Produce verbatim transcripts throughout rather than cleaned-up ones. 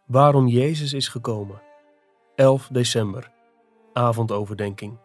Waarom Jezus is gekomen. elf december, avondoverdenking.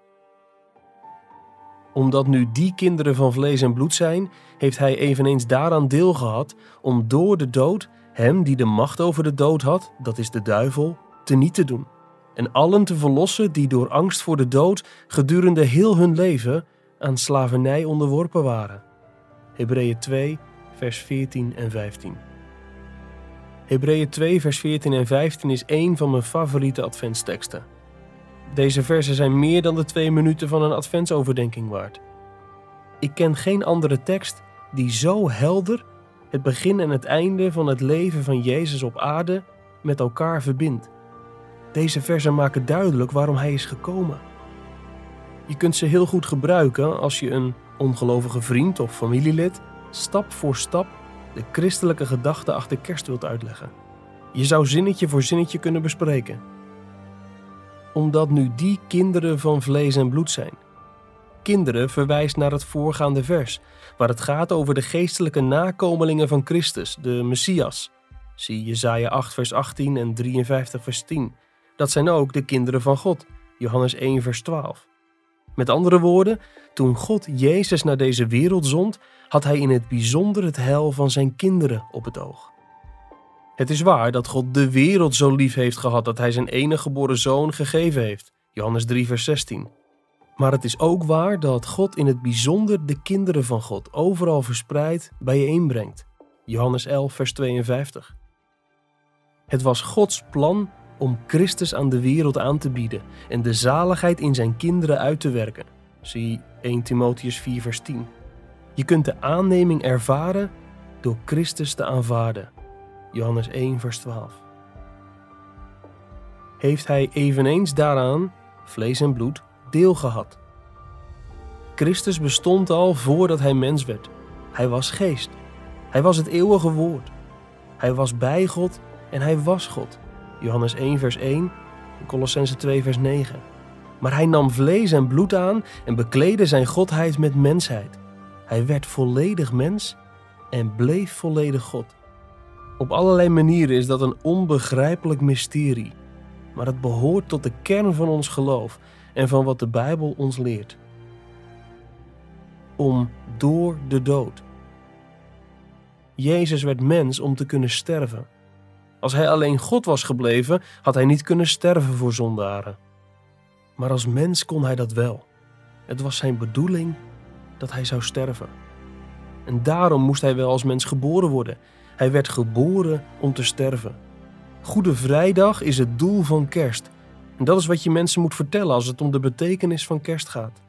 Omdat nu die kinderen van vlees en bloed zijn, heeft hij eveneens daaraan deel gehad om door de dood hem die de macht over de dood had, dat is de duivel, teniet te doen. En allen te verlossen die door angst voor de dood gedurende heel hun leven aan slavernij onderworpen waren. Hebreeën twee, vers veertien en vijftien. Hebreeën twee, vers veertien en vijftien is één van mijn favoriete adventsteksten. Deze versen zijn meer dan de twee minuten van een adventsoverdenking waard. Ik ken geen andere tekst die zo helder het begin en het einde van het leven van Jezus op aarde met elkaar verbindt. Deze versen maken duidelijk waarom hij is gekomen. Je kunt ze heel goed gebruiken als je een ongelovige vriend of familielid stap voor stap de christelijke gedachte achter kerst wilt uitleggen. Je zou zinnetje voor zinnetje kunnen bespreken. Omdat nu die kinderen van vlees en bloed zijn. Kinderen verwijst naar het voorgaande vers, waar het gaat over de geestelijke nakomelingen van Christus, de Messias. Zie Jesaja acht, vers achttien en drieënvijftig, vers tien. Dat zijn ook de kinderen van God, Johannes één, vers twaalf. Met andere woorden, toen God Jezus naar deze wereld zond, had hij in het bijzonder het heil van zijn kinderen op het oog. Het is waar dat God de wereld zo lief heeft gehad dat hij zijn enige geboren zoon gegeven heeft, Johannes drie, vers zestien. Maar het is ook waar dat God in het bijzonder de kinderen van God overal verspreid bijeenbrengt, Johannes elf, vers tweeënvijftig. Het was Gods plan om Christus aan de wereld aan te bieden en de zaligheid in zijn kinderen uit te werken. Zie eerste Timotheüs vier, vers tien. Je kunt de aanneming ervaren door Christus te aanvaarden. Johannes één, vers twaalf. Heeft hij eveneens daaraan, vlees en bloed, deel gehad. Christus bestond al voordat hij mens werd. Hij was geest. Hij was het eeuwige woord. Hij was bij God en hij was God. Johannes één, vers één en Kolossenzen twee, vers negen. Maar hij nam vlees en bloed aan en bekleedde zijn godheid met mensheid. Hij werd volledig mens en bleef volledig God. Op allerlei manieren is dat een onbegrijpelijk mysterie, maar het behoort tot de kern van ons geloof en van wat de Bijbel ons leert. Om door de dood. Jezus werd mens om te kunnen sterven. Als hij alleen God was gebleven, had hij niet kunnen sterven voor zondaren. Maar als mens kon hij dat wel. Het was zijn bedoeling dat hij zou sterven. En daarom moest hij wel als mens geboren worden. Hij werd geboren om te sterven. Goede Vrijdag is het doel van kerst. En dat is wat je mensen moet vertellen als het om de betekenis van kerst gaat.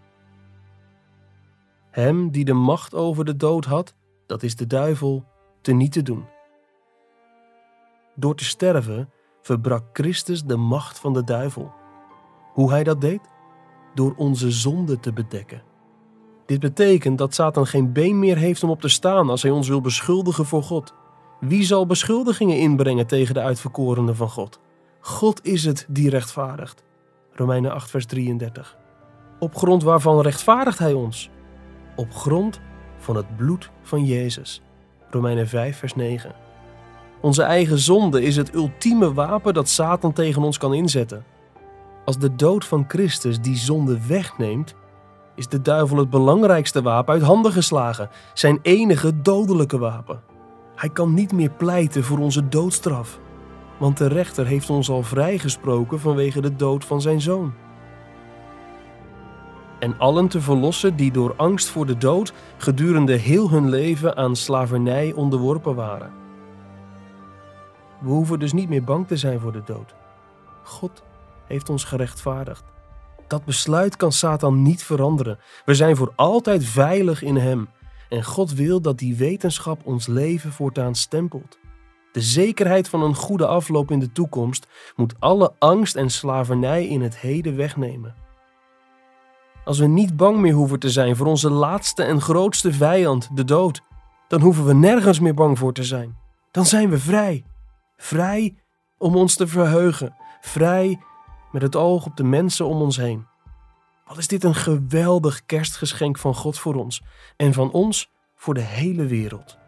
Hem die de macht over de dood had, dat is de duivel, teniet te doen. Door te sterven verbrak Christus de macht van de duivel. Hoe hij dat deed? Door onze zonde te bedekken. Dit betekent dat Satan geen been meer heeft om op te staan als hij ons wil beschuldigen voor God. Wie zal beschuldigingen inbrengen tegen de uitverkorenen van God? God is het die rechtvaardigt. Romeinen acht, vers drieëndertig. Op grond waarvan rechtvaardigt hij ons? Op grond van het bloed van Jezus. Romeinen vijf, vers negen. Onze eigen zonde is het ultieme wapen dat Satan tegen ons kan inzetten. Als de dood van Christus die zonde wegneemt, is de duivel het belangrijkste wapen uit handen geslagen, zijn enige dodelijke wapen. Hij kan niet meer pleiten voor onze doodstraf, want de rechter heeft ons al vrijgesproken vanwege de dood van zijn zoon. En allen te verlossen die door angst voor de dood gedurende heel hun leven aan slavernij onderworpen waren. We hoeven dus niet meer bang te zijn voor de dood. God heeft ons gerechtvaardigd. Dat besluit kan Satan niet veranderen. We zijn voor altijd veilig in hem. En God wil dat die wetenschap ons leven voortaan stempelt. De zekerheid van een goede afloop in de toekomst moet alle angst en slavernij in het heden wegnemen. Als we niet bang meer hoeven te zijn voor onze laatste en grootste vijand, de dood, dan hoeven we nergens meer bang voor te zijn. Dan zijn we vrij. Vrij om ons te verheugen. Vrij met het oog op de mensen om ons heen. Wat is dit een geweldig kerstgeschenk van God voor ons en van ons voor de hele wereld.